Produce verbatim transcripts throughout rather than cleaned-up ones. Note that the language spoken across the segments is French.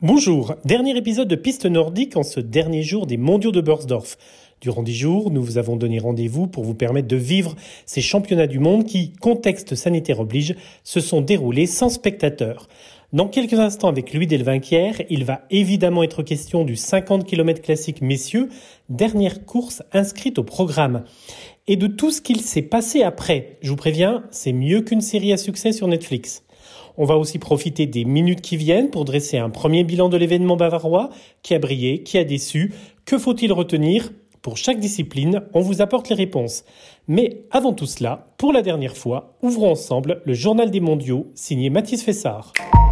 Bonjour, dernier épisode de Piste Nordique en ce dernier jour des mondiaux de Beursdorf. Durant dix jours, nous vous avons donné rendez-vous pour vous permettre de vivre ces championnats du monde qui, contexte sanitaire oblige, se sont déroulés sans spectateurs. Dans quelques instants avec Louis Delvainquière, il va évidemment être question du cinquante kilomètres classique messieurs, dernière course inscrite au programme. Et de tout ce qu'il s'est passé après. Je vous préviens, c'est mieux qu'une série à succès sur Netflix. On va aussi profiter des minutes qui viennent pour dresser un premier bilan de l'événement bavarois, qui a brillé, qui a déçu, que faut-il retenir ? Pour chaque discipline, on vous apporte les réponses. Mais avant tout cela, pour la dernière fois, ouvrons ensemble le journal des mondiaux, signé Mathis Fessard.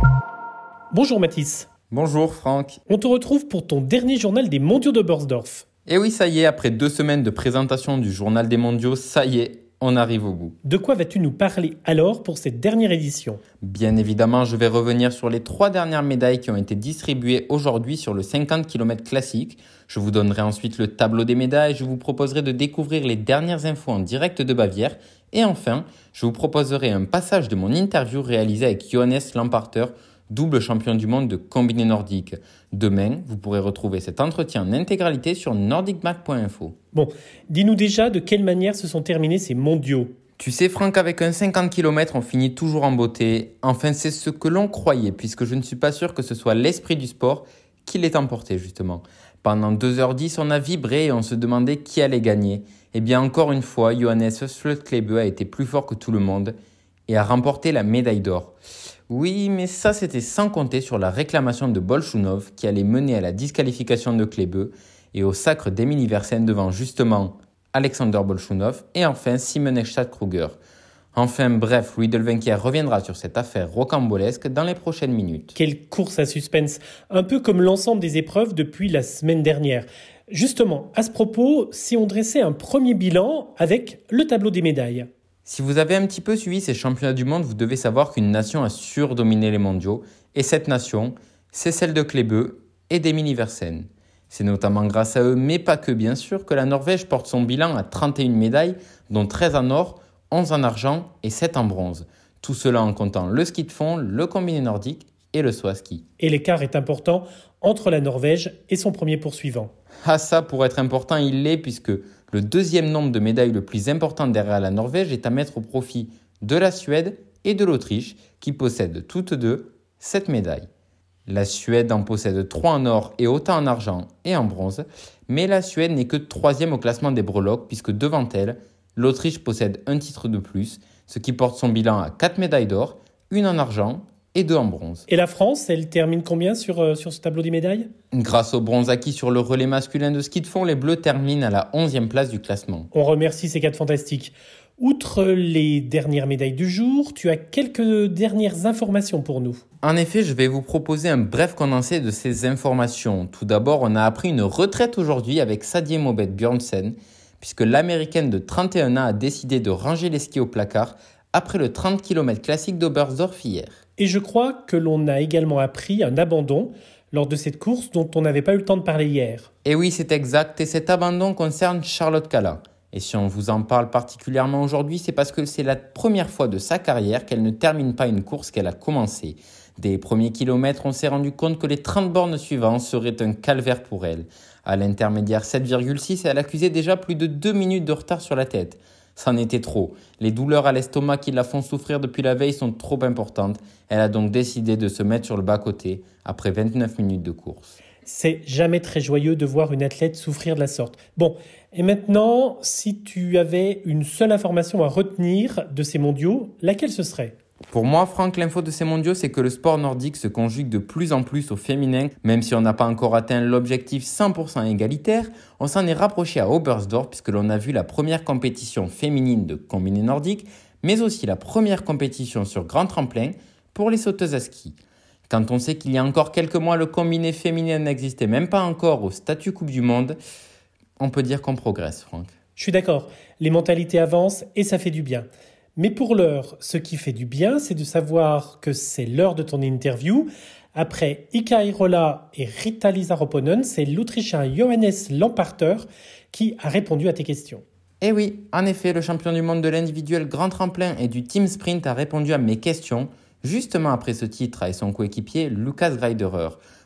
Bonjour Mathis. Bonjour Franck. On te retrouve pour ton dernier journal des mondiaux de Beursdorf. Et oui, ça y est, après deux semaines de présentation du journal des mondiaux, ça y est, on arrive au bout. De quoi vas-tu nous parler alors pour cette dernière édition ? Bien évidemment, je vais revenir sur les trois dernières médailles qui ont été distribuées aujourd'hui sur le cinquante kilomètres classique. Je vous donnerai ensuite le tableau des médailles, je vous proposerai de découvrir les dernières infos en direct de Bavière. Et enfin, je vous proposerai un passage de mon interview réalisé avec Johannes Lamparter, double champion du monde de combiné nordique. Demain, vous pourrez retrouver cet entretien en intégralité sur nordic mag point info. Bon, dis-nous déjà de quelle manière se sont terminés ces mondiaux. Tu sais Franck, avec un cinquante kilomètres, on finit toujours en beauté. Enfin, c'est ce que l'on croyait, puisque je ne suis pas sûr que ce soit l'esprit du sport qui l'ait emporté justement. Pendant deux heures dix, on a vibré et on se demandait qui allait gagner. Et bien encore une fois, Johannes Sløtkleebe a été plus fort que tout le monde et a remporté la médaille d'or. Oui, mais ça c'était sans compter sur la réclamation de Bolshunov qui allait mener à la disqualification de Kleebe et au sacre d'Emil Iversen devant justement Alexander Bolshunov et enfin Simon Ekstad-Kruger. Enfin bref, Louis Delvainquière reviendra sur cette affaire rocambolesque dans les prochaines minutes. Quelle course à suspense, un peu comme l'ensemble des épreuves depuis la semaine dernière. Justement, à ce propos, si on dressait un premier bilan avec le tableau des médailles. Si vous avez un petit peu suivi ces championnats du monde, vous devez savoir qu'une nation a surdominé les mondiaux. Et cette nation, c'est celle de Kleebe et d'Emil Iversen. C'est notamment grâce à eux, mais pas que bien sûr, que la Norvège porte son bilan à trente et une médailles, dont treize en or, onze en argent et sept en bronze. Tout cela en comptant le ski de fond, le combiné nordique et le saut à ski. Et l'écart est important entre la Norvège et son premier poursuivant. Ah ça, pour être important, il l'est puisque le deuxième nombre de médailles le plus important derrière la Norvège est à mettre au profit de la Suède et de l'Autriche qui possèdent toutes deux sept médailles. La Suède en possède trois en or et autant en argent et en bronze, mais la Suède n'est que troisième au classement des breloques puisque devant elle, l'Autriche possède un titre de plus, ce qui porte son bilan à quatre médailles d'or, une en argent et deux en bronze. Et la France, elle termine combien sur, euh, sur ce tableau des médailles ? Grâce au bronze acquis sur le relais masculin de ski de fond, les Bleus terminent à la onzième place du classement. On remercie ces quatre fantastiques. Outre les dernières médailles du jour, tu as quelques dernières informations pour nous. En effet, je vais vous proposer un bref condensé de ces informations. Tout d'abord, on a appris une retraite aujourd'hui avec Sadie Mobet Bjørnsen, puisque l'américaine de trente et un ans a décidé de ranger les skis au placard après le trente kilomètres classique d'Oberstdorf hier. Et je crois que l'on a également appris un abandon lors de cette course dont on n'avait pas eu le temps de parler hier. Et oui, c'est exact, et cet abandon concerne Charlotte Kalla. Et si on vous en parle particulièrement aujourd'hui, c'est parce que c'est la première fois de sa carrière qu'elle ne termine pas une course qu'elle a commencée. Dès les premiers kilomètres, on s'est rendu compte que les trente bornes suivantes seraient un calvaire pour elle. À l'intermédiaire sept virgule six, elle accusait déjà plus de deux minutes de retard sur la tête. C'en était trop. Les douleurs à l'estomac qui la font souffrir depuis la veille sont trop importantes. Elle a donc décidé de se mettre sur le bas-côté après vingt-neuf minutes de course. C'est jamais très joyeux de voir une athlète souffrir de la sorte. Bon, et maintenant, si tu avais une seule information à retenir de ces mondiaux, laquelle ce serait ? Pour moi, Franck, l'info de ces mondiaux, c'est que le sport nordique se conjugue de plus en plus au féminin. Même si on n'a pas encore atteint l'objectif cent pour cent égalitaire, on s'en est rapproché à Oberstdorf puisque l'on a vu la première compétition féminine de combiné nordique, mais aussi la première compétition sur grand tremplin pour les sauteuses à ski. Quand on sait qu'il y a encore quelques mois, le combiné féminin n'existait même pas encore au statut Coupe du Monde, on peut dire qu'on progresse, Franck. Je suis d'accord, les mentalités avancent et ça fait du bien. Mais pour l'heure, ce qui fait du bien, c'est de savoir que c'est l'heure de ton interview. Après Ika Irola et Rita-Liisa Ropponen, c'est l'Autrichien Johannes Lamparter qui a répondu à tes questions. Eh oui, en effet, le champion du monde de l'individuel grand tremplin et du team sprint a répondu à mes questions, justement après ce titre avec son coéquipier Lukas Weiderer.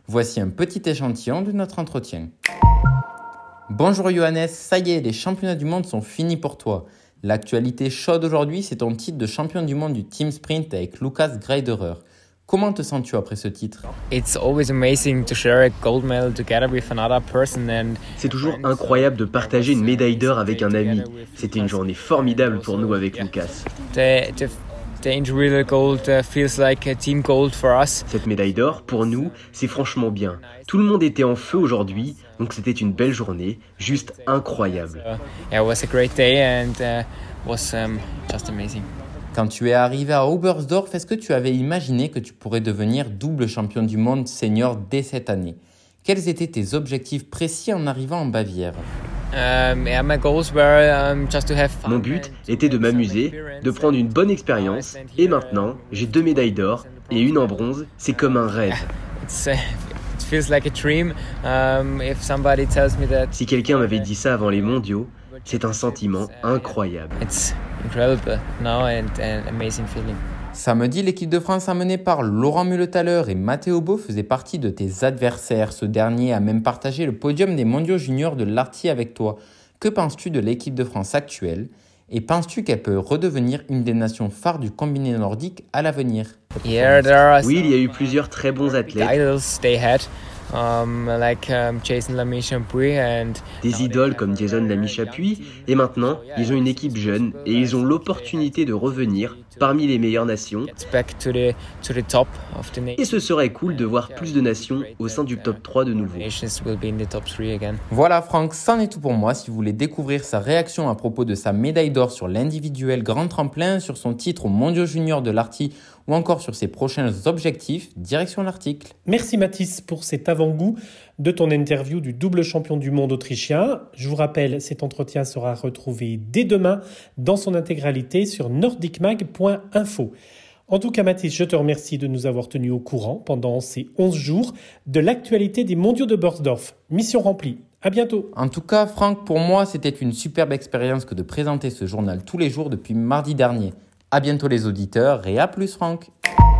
Voici un petit échantillon de notre entretien. Bonjour Johannes, ça y est, les championnats du monde sont finis pour toi. L'actualité chaude aujourd'hui, c'est ton titre de champion du monde du team sprint avec Lukas Greiderer. Comment te sens-tu après ce titre ? C'est toujours incroyable de partager une médaille d'or avec un ami. C'était une journée formidable pour nous avec Lukas. Cette médaille d'or, pour nous, c'est franchement bien. Tout le monde était en feu aujourd'hui, donc c'était une belle journée, juste incroyable. Quand tu es arrivé à Oberstdorf, est-ce que tu avais imaginé que tu pourrais devenir double champion du monde senior dès cette année ? Quels étaient tes objectifs précis en arrivant en Bavière ? Mon but était de m'amuser, de prendre une bonne expérience, et maintenant, j'ai deux médailles d'or et une en bronze, c'est comme un rêve. Si quelqu'un m'avait dit ça avant les mondiaux, c'est un sentiment incroyable. Samedi, l'équipe de France emmenée par Laurent Mullethaler et Matteo Bau faisait partie de tes adversaires. Ce dernier a même partagé le podium des mondiaux juniors de l'Arty avec toi. Que penses-tu de l'équipe de France actuelle ? Et penses-tu qu'elle peut redevenir une des nations phares du combiné nordique à l'avenir ? Oui, il y a eu plusieurs très bons athlètes. Um, like, um, Jason Lamy-Chapuis and... Des idoles comme Jason Lamy-Chapuis, et maintenant, ils ont une équipe jeune et ils ont l'opportunité de revenir parmi les meilleures nations. Et ce serait cool de voir plus de nations au sein du top trois de nouveau. Voilà Franck, c'en est tout pour moi. Si vous voulez découvrir sa réaction à propos de sa médaille d'or sur l'individuel grand tremplin, sur son titre aux mondiaux juniors de l'Arty ou encore sur ses prochains objectifs, direction l'article. Merci Mathis pour cet avant-goût de ton interview du double champion du monde autrichien. Je vous rappelle, cet entretien sera retrouvé dès demain dans son intégralité sur nordicmag point info. En tout cas Mathis, je te remercie de nous avoir tenus au courant pendant ces onze jours de l'actualité des mondiaux de Borsdorf. Mission remplie. À bientôt. En tout cas, Franck, pour moi, c'était une superbe expérience que de présenter ce journal tous les jours depuis mardi dernier. À bientôt les auditeurs et à plus Franck.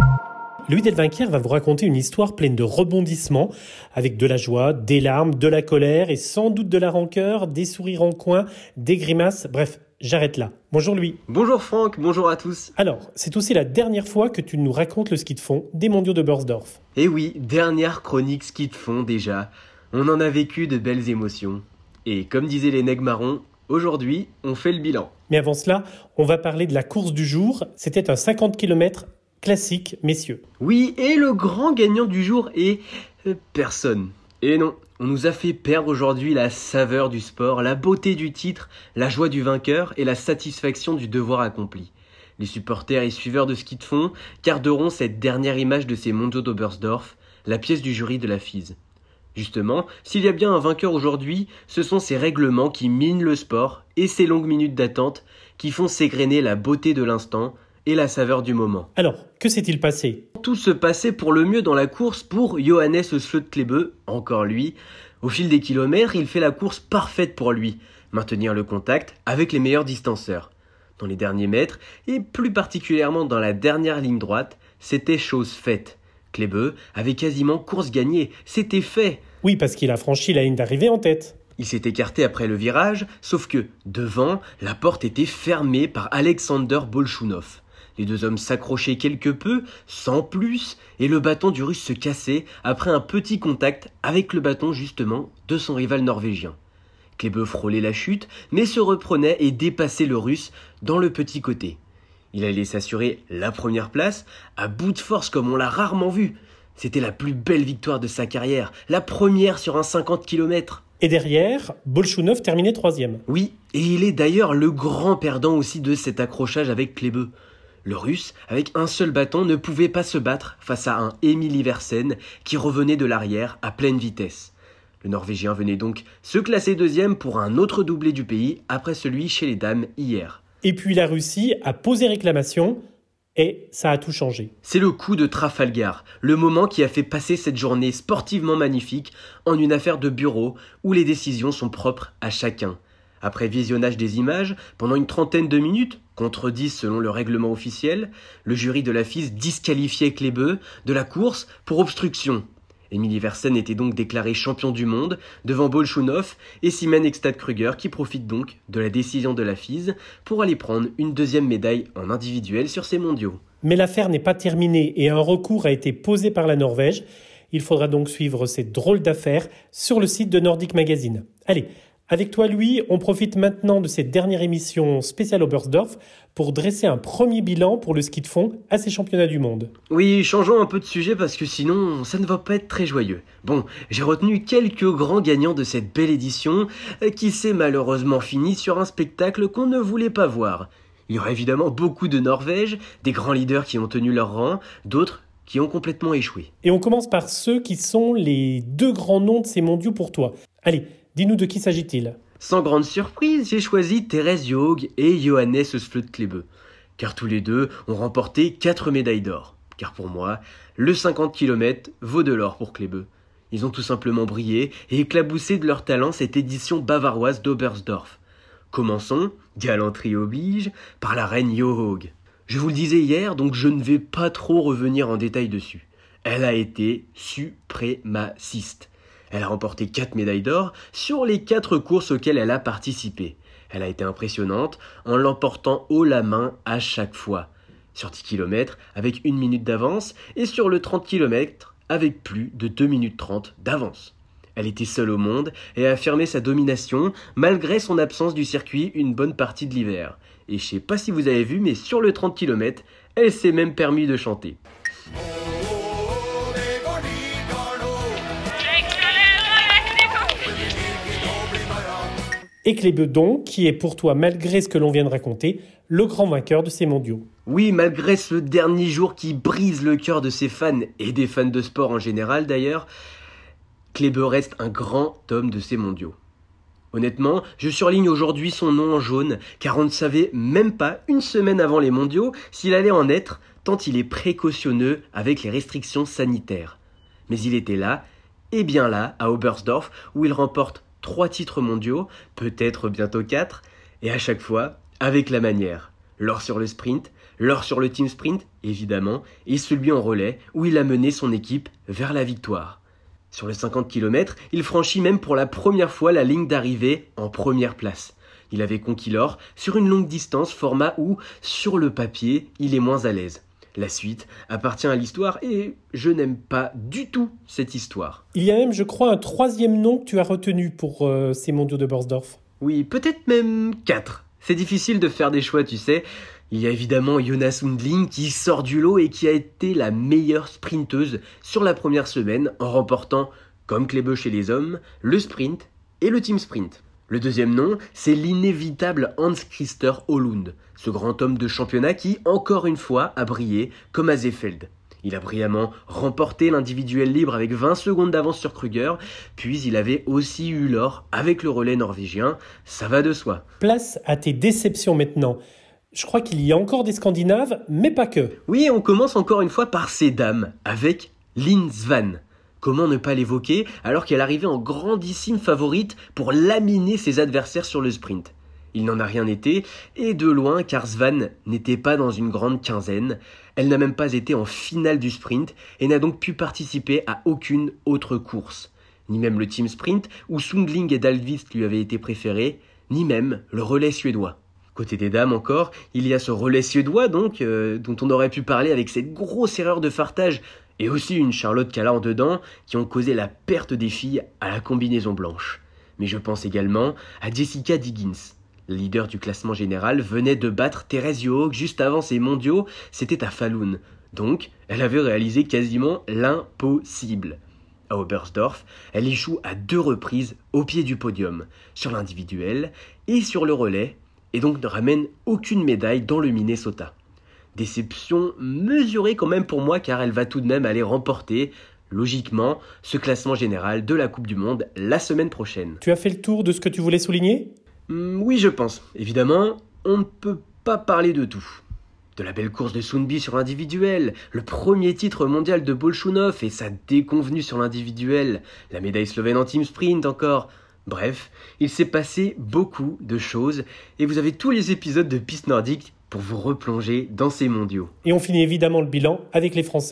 Louis Delvinquière va vous raconter une histoire pleine de rebondissements, avec de la joie, des larmes, de la colère et sans doute de la rancœur, des sourires en coin, des grimaces, bref, j'arrête là. Bonjour Louis. Bonjour Franck, bonjour à tous. Alors, c'est aussi la dernière fois que tu nous racontes le ski de fond des mondiaux de Borsdorf. Eh oui, dernière chronique ski de fond déjà. On en a vécu de belles émotions. Et comme disaient les nègres marrons, aujourd'hui, on fait le bilan. Mais avant cela, on va parler de la course du jour. C'était un cinquante kilomètres classique, messieurs. Oui, et le grand gagnant du jour est euh, personne. Et non, on nous a fait perdre aujourd'hui la saveur du sport, la beauté du titre, la joie du vainqueur et la satisfaction du devoir accompli. Les supporters et suiveurs de ski de fond garderont cette dernière image de ces mondiaux d'Oberstdorf, la pièce du jury de la F I S. Justement, s'il y a bien un vainqueur aujourd'hui, ce sont ces règlements qui minent le sport et ces longues minutes d'attente qui font s'égrener la beauté de l'instant et la saveur du moment. Alors, que s'est-il passé ? Tout se passait pour le mieux dans la course pour Johannes Slötklebe, encore lui. Au fil des kilomètres, il fait la course parfaite pour lui, maintenir le contact avec les meilleurs distanceurs. Dans les derniers mètres, et plus particulièrement dans la dernière ligne droite, c'était chose faite. Klebe avait quasiment course gagnée, c'était fait. Oui, parce qu'il a franchi la ligne d'arrivée en tête. Il s'est écarté après le virage, sauf que, devant, la porte était fermée par Alexander Bolchunov. Les deux hommes s'accrochaient quelque peu, sans plus, et le bâton du Russe se cassait après un petit contact avec le bâton justement de son rival norvégien. Klebe frôlait la chute, mais se reprenait et dépassait le Russe dans le petit côté. Il allait s'assurer la première place, à bout de force comme on l'a rarement vu. C'était la plus belle victoire de sa carrière, la première sur un cinquante kilomètres. Et derrière, Bolchunov terminait troisième. Oui, et il est d'ailleurs le grand perdant aussi de cet accrochage avec Klebe. Le Russe, avec un seul bâton, ne pouvait pas se battre face à un Emil Iversen qui revenait de l'arrière à pleine vitesse. Le Norvégien venait donc se classer deuxième pour un autre doublé du pays après celui chez les dames hier. Et puis la Russie a posé réclamation et ça a tout changé. C'est le coup de Trafalgar, le moment qui a fait passer cette journée sportivement magnifique en une affaire de bureau où les décisions sont propres à chacun. Après visionnage des images, pendant une trentaine de minutes, contre dix selon le règlement officiel, le jury de la F I S disqualifiait Klebe de la course pour obstruction. Emil Iversen était donc déclaré champion du monde devant Bolshounov et Simen Ekstad-Kruger qui profite donc de la décision de la F I S pour aller prendre une deuxième médaille en individuel sur ces mondiaux. Mais l'affaire n'est pas terminée et un recours a été posé par la Norvège. Il faudra donc suivre cette drôle d'affaire sur le site de Nordic Magazine. Allez, avec toi Louis, on profite maintenant de cette dernière émission spéciale Oberstdorf pour dresser un premier bilan pour le ski de fond à ces championnats du monde. Oui, changeons un peu de sujet parce que sinon ça ne va pas être très joyeux. Bon, j'ai retenu quelques grands gagnants de cette belle édition qui s'est malheureusement finie sur un spectacle qu'on ne voulait pas voir. Il y aura évidemment beaucoup de Norvège, des grands leaders qui ont tenu leur rang, d'autres qui ont complètement échoué. Et on commence par ceux qui sont les deux grands noms de ces mondiaux pour toi. Allez, dis-nous de qui s'agit-il ? Sans grande surprise, j'ai choisi Therese Johaug et Johannes Sløtklebe, car tous les deux ont remporté quatre médailles d'or. Car pour moi, le cinquante kilomètres vaut de l'or pour Klebe. Ils ont tout simplement brillé et éclaboussé de leur talent cette édition bavaroise d'Oberstdorf. Commençons, galanterie oblige, par la reine Johaug. Je vous le disais hier, donc je ne vais pas trop revenir en détail dessus. Elle a été suprémaciste. Elle a remporté quatre médailles d'or sur les quatre courses auxquelles elle a participé. Elle a été impressionnante en l'emportant haut la main à chaque fois. Sur dix kilomètres avec une minute d'avance et sur le trente kilomètres avec plus de deux minutes trente d'avance. Elle était seule au monde et a affirmé sa domination malgré son absence du circuit une bonne partie de l'hiver. Et je sais pas si vous avez vu, mais sur le trente kilomètres, elle s'est même permis de chanter. Et Klebe donc, qui est pour toi, malgré ce que l'on vient de raconter, le grand vainqueur de ces mondiaux. Oui, malgré ce dernier jour qui brise le cœur de ses fans, et des fans de sport en général d'ailleurs, Klebe reste un grand homme de ces mondiaux. Honnêtement, je surligne aujourd'hui son nom en jaune, car on ne savait même pas, une semaine avant les mondiaux, s'il allait en être, tant il est précautionneux avec les restrictions sanitaires. Mais il était là, et bien là, à Oberstdorf, où il remporte trois titres mondiaux, peut-être bientôt quatre, et à chaque fois, avec la manière. L'or sur le sprint, l'or sur le team sprint, évidemment, et celui en relais, où il a mené son équipe vers la victoire. Sur les cinquante kilomètres, il franchit même pour la première fois la ligne d'arrivée en première place. Il avait conquis l'or sur une longue distance, format où, sur le papier, il est moins à l'aise. La suite appartient à l'histoire et je n'aime pas du tout cette histoire. Il y a même, je crois, un troisième nom que tu as retenu pour euh, ces mondiaux de Oberstdorf. Oui, peut-être même quatre. C'est difficile de faire des choix, tu sais. Il y a évidemment Jonas Hundling qui sort du lot et qui a été la meilleure sprinteuse sur la première semaine en remportant, comme Klebe chez les hommes, le sprint et le team sprint. Le deuxième nom, c'est l'inévitable Hans-Christer Holund, ce grand homme de championnat qui, encore une fois, a brillé comme à Seefeld. Il a brillamment remporté l'individuel libre avec vingt secondes d'avance sur Kruger, puis il avait aussi eu l'or avec le relais norvégien, ça va de soi. Place à tes déceptions maintenant. Je crois qu'il y a encore des Scandinaves, mais pas que. Oui, on commence encore une fois par ces dames, avec Linn Svan. Comment ne pas l'évoquer alors qu'elle arrivait en grandissime favorite pour laminer ses adversaires sur le sprint. Il n'en a rien été, et de loin car Svan n'était pas dans une grande quinzaine. Elle n'a même pas été en finale du sprint et n'a donc pu participer à aucune autre course. Ni même le team sprint où Sundling et Dahlqvist lui avaient été préférés, ni même le relais suédois. Côté des dames encore, il y a ce relais suédois donc, euh, dont on aurait pu parler avec cette grosse erreur de fartage, et aussi une Charlotte Kalla en dedans, qui ont causé la perte des filles à la combinaison blanche. Mais je pense également à Jessica Diggins. La leader du classement général venait de battre Therese Johaug juste avant ses mondiaux, c'était à Falun. Donc, elle avait réalisé quasiment l'impossible. À Oberstdorf, elle échoue à deux reprises au pied du podium, sur l'individuel et sur le relais, et donc ne ramène aucune médaille dans le Minnesota. Déception mesurée quand même pour moi car elle va tout de même aller remporter, logiquement, ce classement général de la Coupe du Monde la semaine prochaine. Tu as fait le tour de ce que tu voulais souligner ? Mmh, oui, je pense. Évidemment, on ne peut pas parler de tout. De la belle course de Sundby sur l'individuel, le premier titre mondial de Bolshounov et sa déconvenue sur l'individuel, la médaille slovène en team sprint encore... Bref, il s'est passé beaucoup de choses et vous avez tous les épisodes de Piste Nordique pour vous replonger dans ces mondiaux. Et on finit évidemment le bilan avec les Français.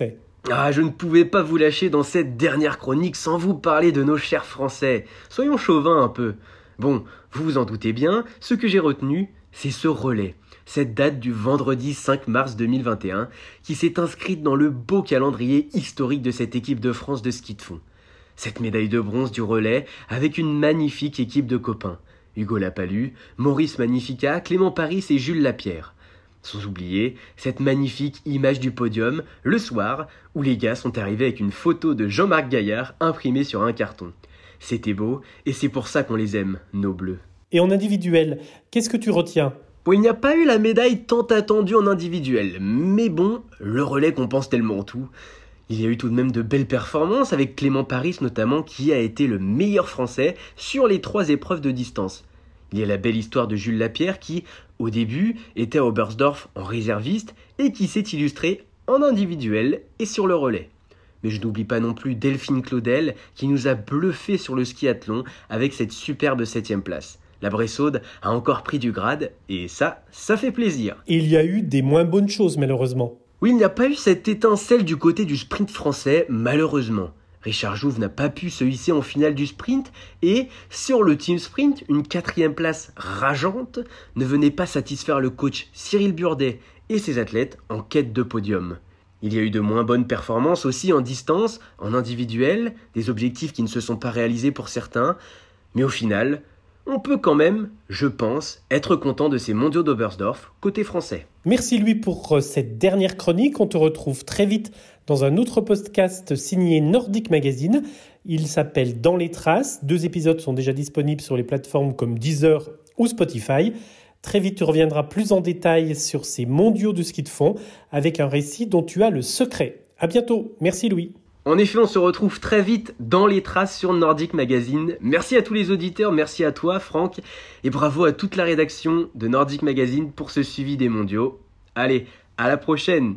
Ah, je ne pouvais pas vous lâcher dans cette dernière chronique sans vous parler de nos chers Français. Soyons chauvins un peu. Bon, vous vous en doutez bien, ce que j'ai retenu, c'est ce relais. Cette date du vendredi cinq mars deux mille vingt et un qui s'est inscrite dans le beau calendrier historique de cette équipe de France de ski de fond. Cette médaille de bronze du relais avec une magnifique équipe de copains. Hugo Lapalu, Maurice Magnifica, Clément Paris et Jules Lapierre. Sans oublier cette magnifique image du podium, le soir, où les gars sont arrivés avec une photo de Jean-Marc Gaillard imprimée sur un carton. C'était beau, et c'est pour ça qu'on les aime, nos bleus. Et en individuel, qu'est-ce que tu retiens ? Bon, il n'y a pas eu la médaille tant attendue en individuel, mais bon, le relais compense tellement tout. Il y a eu tout de même de belles performances, avec Clément Paris notamment, qui a été le meilleur français sur les trois épreuves de distance. Il y a la belle histoire de Jules Lapierre qui, au début, était à Oberstdorf en réserviste et qui s'est illustré en individuel et sur le relais. Mais je n'oublie pas non plus Delphine Claudel qui nous a bluffé sur le skiathlon avec cette superbe septième place. La Bressaude a encore pris du grade et ça, ça fait plaisir. Et il y a eu des moins bonnes choses malheureusement. Oui, il n'y a pas eu cette étincelle du côté du sprint français, malheureusement. Richard Jouve n'a pas pu se hisser en finale du sprint et, sur le team sprint, une quatrième place rageante ne venait pas satisfaire le coach Cyril Burdet et ses athlètes en quête de podium. Il y a eu de moins bonnes performances aussi en distance, en individuel, des objectifs qui ne se sont pas réalisés pour certains, mais au final, on peut quand même, je pense, être content de ces mondiaux d'Oberstdorf côté français. Merci Louis pour cette dernière chronique. On te retrouve très vite dans un autre podcast signé Nordic Magazine. Il s'appelle Dans les traces. Deux épisodes sont déjà disponibles sur les plateformes comme Deezer ou Spotify. Très vite, tu reviendras plus en détail sur ces mondiaux de ski de fond avec un récit dont tu as le secret. À bientôt. Merci Louis. En effet, on se retrouve très vite dans les traces sur Nordic Magazine. Merci à tous les auditeurs, merci à toi Franck, et bravo à toute la rédaction de Nordic Magazine pour ce suivi des mondiaux. Allez, à la prochaine.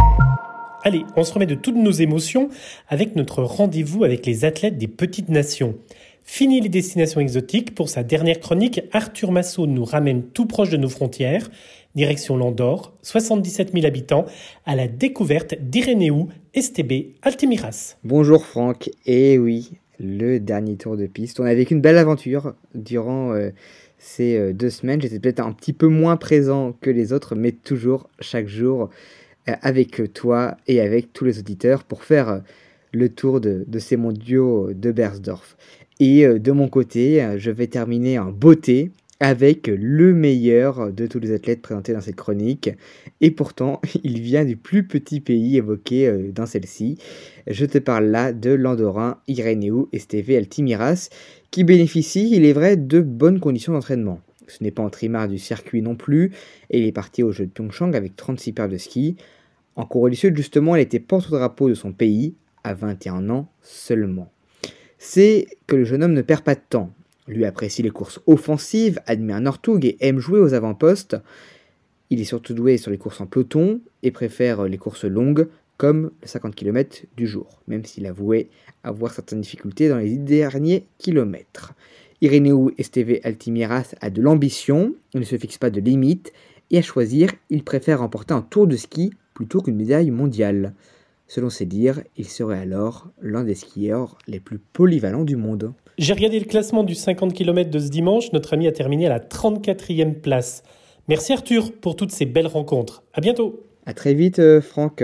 Allez, on se remet de toutes nos émotions avec notre rendez-vous avec les athlètes des petites nations. Fini les destinations exotiques, pour sa dernière chronique, Arthur Massot nous ramène tout proche de nos frontières, direction l'Andorre, soixante-dix-sept mille habitants, à la découverte d'Irénéou Esteve Altimiras. Bonjour Franck, et oui, le dernier tour de piste. On a vécu une belle aventure durant euh, ces euh, deux semaines. J'étais peut-être un petit peu moins présent que les autres, mais toujours, chaque jour, euh, avec toi et avec tous les auditeurs pour faire euh, le tour de, de ces mondiaux de Bersdorf. Et euh, de mon côté, euh, je vais terminer en beauté avec le meilleur de tous les athlètes présentés dans cette chronique. Et pourtant, il vient du plus petit pays évoqué euh, dans celle-ci. Je te parle là de l'Andorrain Irénéou Esteve Altimiras, qui bénéficie, il est vrai, de bonnes conditions d'entraînement. Ce n'est pas en trimard du circuit non plus, et il est parti aux Jeux de Pyeongchang avec trente-six paires de ski. En Corée du Sud, justement, il était porte-drapeau de son pays, à vingt et un ans seulement. C'est que le jeune homme ne perd pas de temps. Lui apprécie les courses offensives, admire Northug et aime jouer aux avant-postes. Il est surtout doué sur les courses en peloton et préfère les courses longues comme le cinquante kilomètres du jour, même s'il avouait avoir certaines difficultés dans les derniers kilomètres. Irénéou Esteve Altimiras a de l'ambition, il ne se fixe pas de limite et à choisir, il préfère remporter un tour de ski plutôt qu'une médaille mondiale. Selon ses dires, il serait alors l'un des skieurs les plus polyvalents du monde. J'ai regardé le classement du cinquante kilomètres de ce dimanche. Notre ami a terminé à la trente-quatrième place. Merci Arthur pour toutes ces belles rencontres. À bientôt. À très vite euh, Franck.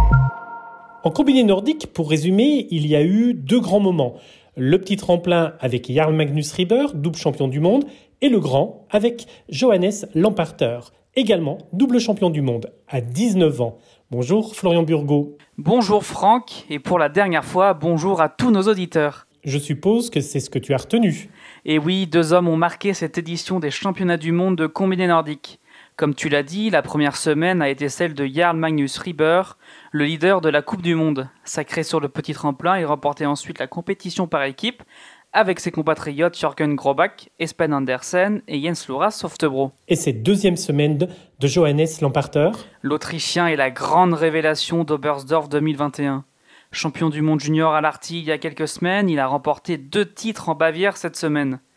En combiné nordique, pour résumer, il y a eu deux grands moments. Le petit tremplin avec Jarl Magnus Rieber, double champion du monde, et le grand avec Johannes Lamparter, également double champion du monde, à dix-neuf ans. Bonjour Florian Burgot. Bonjour Franck, et pour la dernière fois, bonjour à tous nos auditeurs. Je suppose que c'est ce que tu as retenu. Et oui, deux hommes ont marqué cette édition des championnats du monde de combiné nordique. Comme tu l'as dit, la première semaine a été celle de Jarl Magnus Rieber, le leader de la Coupe du Monde. Sacré sur le petit tremplin, il remportait ensuite la compétition par équipe avec ses compatriotes Jørgen Grobak, Espen Andersen et Jens Lora Softebro. Et cette deuxième semaine de Johannes Lamparter. L'Autrichien est la grande révélation d'Oberstdorf deux mille vingt et un. Champion du monde junior à l'artille il y a quelques semaines, il a remporté deux titres en Bavière cette semaine.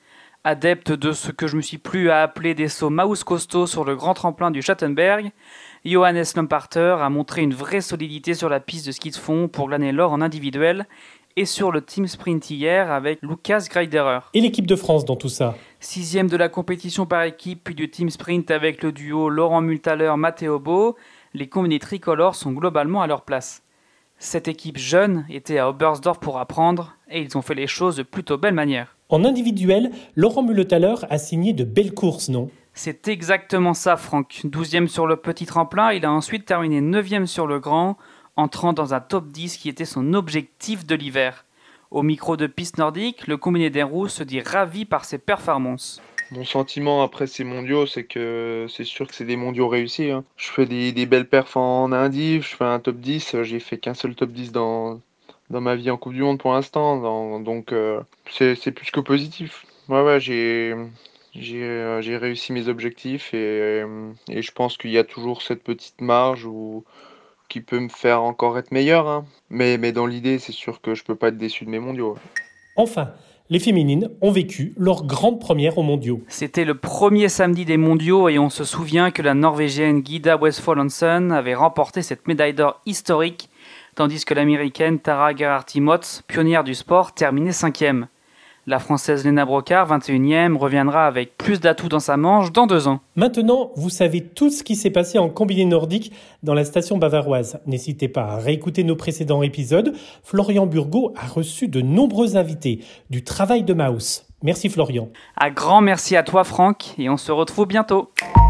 Adepte de ce que je me suis plu à appeler des sauts Maus Costaud sur le grand tremplin du Schattenberg, Johannes Lamparter a montré une vraie solidité sur la piste de ski de fond pour glaner l'or en individuel et sur le team sprint hier avec Lukas Greiderer. Et l'équipe de France dans tout ça? Sixième de la compétition par équipe puis du team sprint avec le duo Laurent Multhaler-Matteo Bo, les combinés tricolores sont globalement à leur place. Cette équipe jeune était à Oberstdorf pour apprendre et ils ont fait les choses de plutôt belle manière. En individuel, Laurent Multhaler a signé de belles courses, non? C'est exactement ça, Franck. douzième sur le petit tremplin, il a ensuite terminé neuvième sur le grand, entrant dans un top dix qui était son objectif de l'hiver. Au micro de Piste Nordique, le combiné des roues se dit ravi par ses performances. Mon sentiment après ces mondiaux, c'est que c'est sûr que c'est des mondiaux réussis. Hein. Je fais des, des belles perfs en indiv, je fais un top dix, j'ai fait qu'un seul top dix dans, dans ma vie en Coupe du Monde pour l'instant, dans, donc euh, c'est, c'est plus que positif. Ouais, ouais, j'ai, j'ai, euh, j'ai réussi mes objectifs et, et je pense qu'il y a toujours cette petite marge où, qui peut me faire encore être meilleur. Hein. Mais, mais dans l'idée, c'est sûr que je peux pas être déçu de mes mondiaux. Enfin, les féminines ont vécu leur grande première aux mondiaux. C'était le premier samedi des mondiaux et on se souvient que la Norvégienne Gida Westphal Hansen avait remporté cette médaille d'or historique, tandis que l'américaine Tara Gerhardt-Motz, pionnière du sport, terminait cinquième. La française Lena Brocard, vingt et unième, reviendra avec plus d'atouts dans sa manche dans deux ans. Maintenant, vous savez tout ce qui s'est passé en combiné nordique dans la station bavaroise. N'hésitez pas à réécouter nos précédents épisodes. Florian Burgot a reçu de nombreux invités. Du travail de Maus. Merci Florian. Un grand merci à toi Franck et on se retrouve bientôt.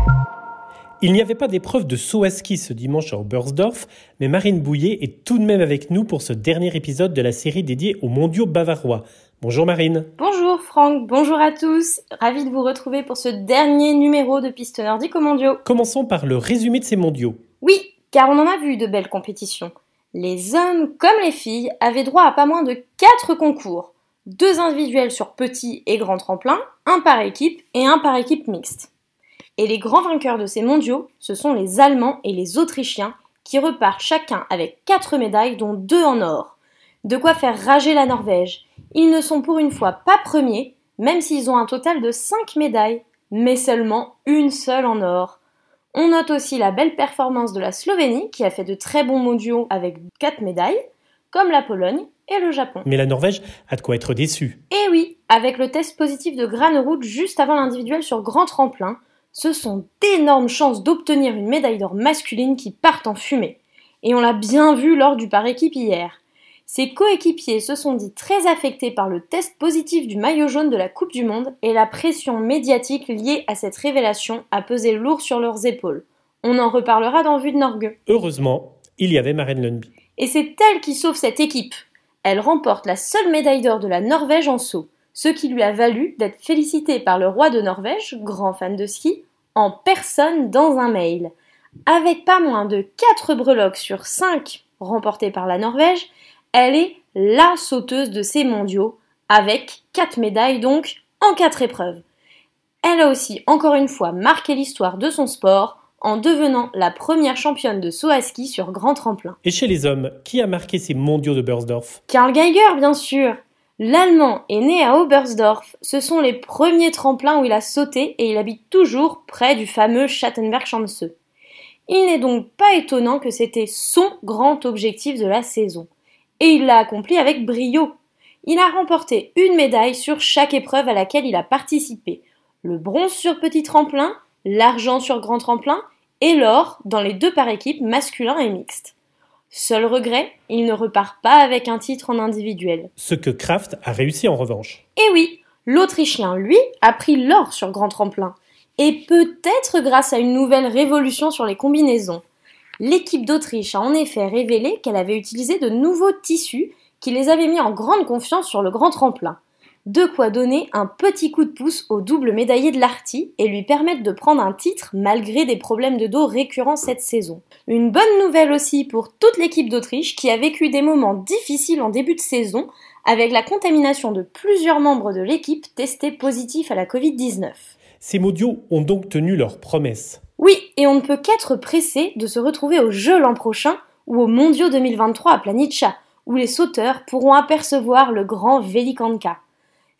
Il n'y avait pas d'épreuve de saut à ski ce dimanche à Oberstdorf, mais Marine Bouillet est tout de même avec nous pour ce dernier épisode de la série dédiée aux mondiaux bavarois. Bonjour Marine. Bonjour Franck, bonjour à tous. Ravi de vous retrouver pour ce dernier numéro de Piste Nordique aux mondiaux. Commençons par le résumé de ces mondiaux. Oui, car on en a vu de belles compétitions. Les hommes comme les filles avaient droit à pas moins de quatre concours. Deux individuels sur petit et grand tremplin, un par équipe et un par équipe mixte. Et les grands vainqueurs de ces mondiaux, ce sont les Allemands et les Autrichiens qui repartent chacun avec quatre médailles dont deux en or. De quoi faire rager la Norvège. Ils ne sont pour une fois pas premiers, même s'ils ont un total de cinq médailles, mais seulement une seule en or. On note aussi la belle performance de la Slovénie, qui a fait de très bons mondiaux avec quatre médailles, comme la Pologne et le Japon. Mais la Norvège a de quoi être déçue. Et oui, avec le test positif de Granerud juste avant l'individuel sur grand tremplin, ce sont d'énormes chances d'obtenir une médaille d'or masculine qui partent en fumée. Et on l'a bien vu lors du par équipe hier. Ses coéquipiers se sont dit très affectés par le test positif du maillot jaune de la Coupe du Monde et la pression médiatique liée à cette révélation a pesé lourd sur leurs épaules. On en reparlera dans Vue de Norge. Heureusement, il y avait Maren Lundby. Et c'est elle qui sauve cette équipe. Elle remporte la seule médaille d'or de la Norvège en saut, ce qui lui a valu d'être félicitée par le roi de Norvège, grand fan de ski, en personne dans un mail. Avec pas moins de quatre breloques sur cinq remportées par la Norvège, elle est la sauteuse de ces mondiaux, avec quatre médailles donc en quatre épreuves. Elle a aussi encore une fois marqué l'histoire de son sport en devenant la première championne de saut à ski sur grand tremplin. Et chez les hommes, qui a marqué ces mondiaux de Oberstdorf? Karl Geiger, bien sûr. L'Allemand est né à Oberstdorf. Ce sont les premiers tremplins où il a sauté et il habite toujours près du fameux Schattenberg-Schanze. Il n'est donc pas étonnant que c'était son grand objectif de la saison. Et il l'a accompli avec brio. Il a remporté une médaille sur chaque épreuve à laquelle il a participé. Le bronze sur petit tremplin, l'argent sur grand tremplin et l'or dans les deux par équipe masculin et mixte. Seul regret, il ne repart pas avec un titre en individuel. Ce que Kraft a réussi en revanche. Et oui, l'Autrichien, lui, a pris l'or sur grand tremplin. Et peut-être grâce à une nouvelle révolution sur les combinaisons. L'équipe d'Autriche a en effet révélé qu'elle avait utilisé de nouveaux tissus qui les avaient mis en grande confiance sur le grand tremplin. De quoi donner un petit coup de pouce au double médaillé de l'Arty et lui permettre de prendre un titre malgré des problèmes de dos récurrents cette saison. Une bonne nouvelle aussi pour toute l'équipe d'Autriche qui a vécu des moments difficiles en début de saison avec la contamination de plusieurs membres de l'équipe testés positifs à la covid dix-neuf. Ces mondiaux ont donc tenu leurs promesses. Oui, et on ne peut qu'être pressé de se retrouver aux Jeux l'an prochain ou aux Mondiaux deux mille vingt-trois à Planica, où les sauteurs pourront apercevoir le grand Velikanka.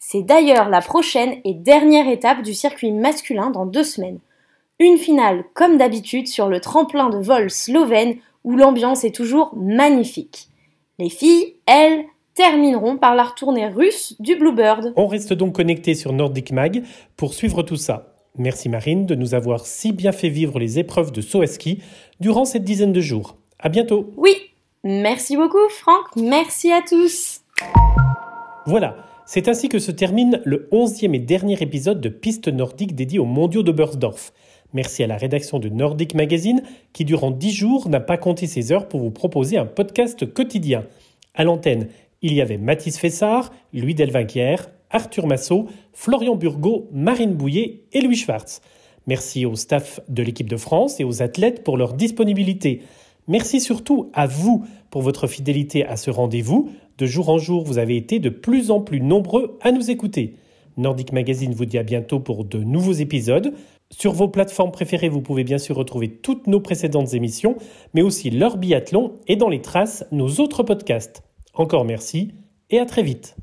C'est d'ailleurs la prochaine et dernière étape du circuit masculin dans deux semaines. Une finale comme d'habitude sur le tremplin de vol slovène où l'ambiance est toujours magnifique. Les filles, elles, termineront par la retournée russe du Bluebird. On reste donc connecté sur Nordic Mag pour suivre tout ça. Merci Marine de nous avoir si bien fait vivre les épreuves de saut à ski durant cette dizaine de jours. À bientôt. Oui, merci beaucoup Franck, merci à tous. Voilà, c'est ainsi que se termine le onzième et dernier épisode de Piste Nordique dédié aux mondiaux de Bersdorf. Merci à la rédaction de Nordic Magazine qui, durant dix jours, n'a pas compté ses heures pour vous proposer un podcast quotidien. À l'antenne, il y avait Mathis Fessard, Louis Delvinquière, Arthur Massot, Florian Burgot, Marine Bouillet et Louis Schwartz. Merci au staff de l'équipe de France et aux athlètes pour leur disponibilité. Merci surtout à vous pour votre fidélité à ce rendez-vous. De jour en jour, vous avez été de plus en plus nombreux à nous écouter. Nordic Magazine vous dit à bientôt pour de nouveaux épisodes. Sur vos plateformes préférées, vous pouvez bien sûr retrouver toutes nos précédentes émissions, mais aussi leur biathlon et dans les traces, nos autres podcasts. Encore merci et à très vite.